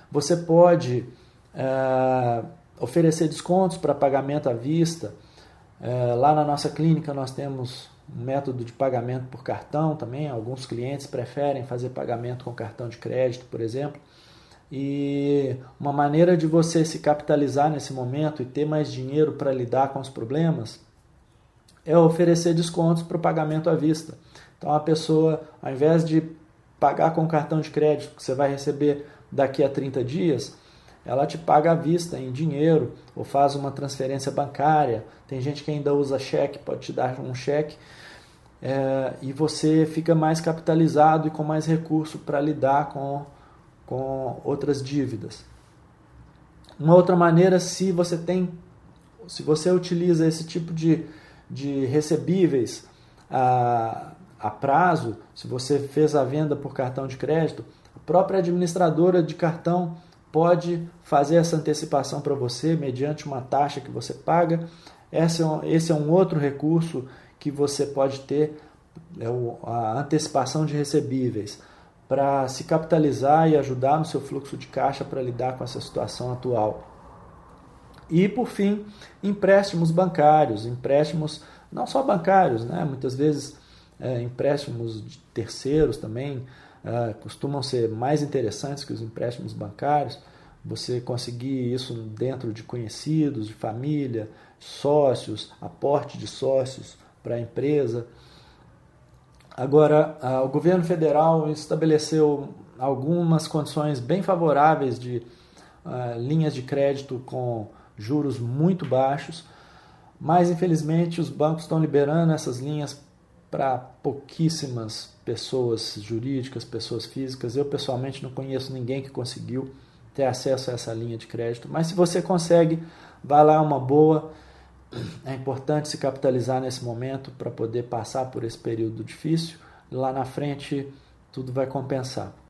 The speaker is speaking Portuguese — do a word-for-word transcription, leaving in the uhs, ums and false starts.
Você pode é, oferecer descontos para pagamento à vista. É, lá na nossa clínica nós temos um método de pagamento por cartão também. Alguns clientes preferem fazer pagamento com cartão de crédito, por exemplo. E uma maneira de você se capitalizar nesse momento e ter mais dinheiro para lidar com os problemas é oferecer descontos para o pagamento à vista. Então a pessoa, ao invés de pagar com cartão de crédito que você vai receber daqui a trinta dias, ela te paga à vista em dinheiro ou faz uma transferência bancária. Tem gente que ainda usa cheque, pode te dar um cheque, é, e você fica mais capitalizado e com mais recurso para lidar com, com outras dívidas. Uma outra maneira, se você tem, se você utiliza esse tipo de, de recebíveis a, a prazo, se você fez a venda por cartão de crédito, a própria administradora de cartão pode fazer essa antecipação para você mediante uma taxa que você paga. Esse é um, esse é um outro recurso que você pode ter, é a antecipação de recebíveis, para se capitalizar e ajudar no seu fluxo de caixa para lidar com essa situação atual. E, por fim, empréstimos bancários, empréstimos não só bancários, né? Muitas vezes é, empréstimos de terceiros também é, costumam ser mais interessantes que os empréstimos bancários. Você conseguir isso dentro de conhecidos, de família, sócios, aporte de sócios para a empresa. Agora, o governo federal estabeleceu algumas condições bem favoráveis de uh, linhas de crédito com juros muito baixos, mas infelizmente os bancos estão liberando essas linhas para pouquíssimas pessoas jurídicas, pessoas físicas. Eu pessoalmente não conheço ninguém que conseguiu ter acesso a essa linha de crédito, mas se você consegue, vai lá, uma boa. É importante se capitalizar nesse momento para poder passar por esse período difícil. Lá na frente tudo vai compensar.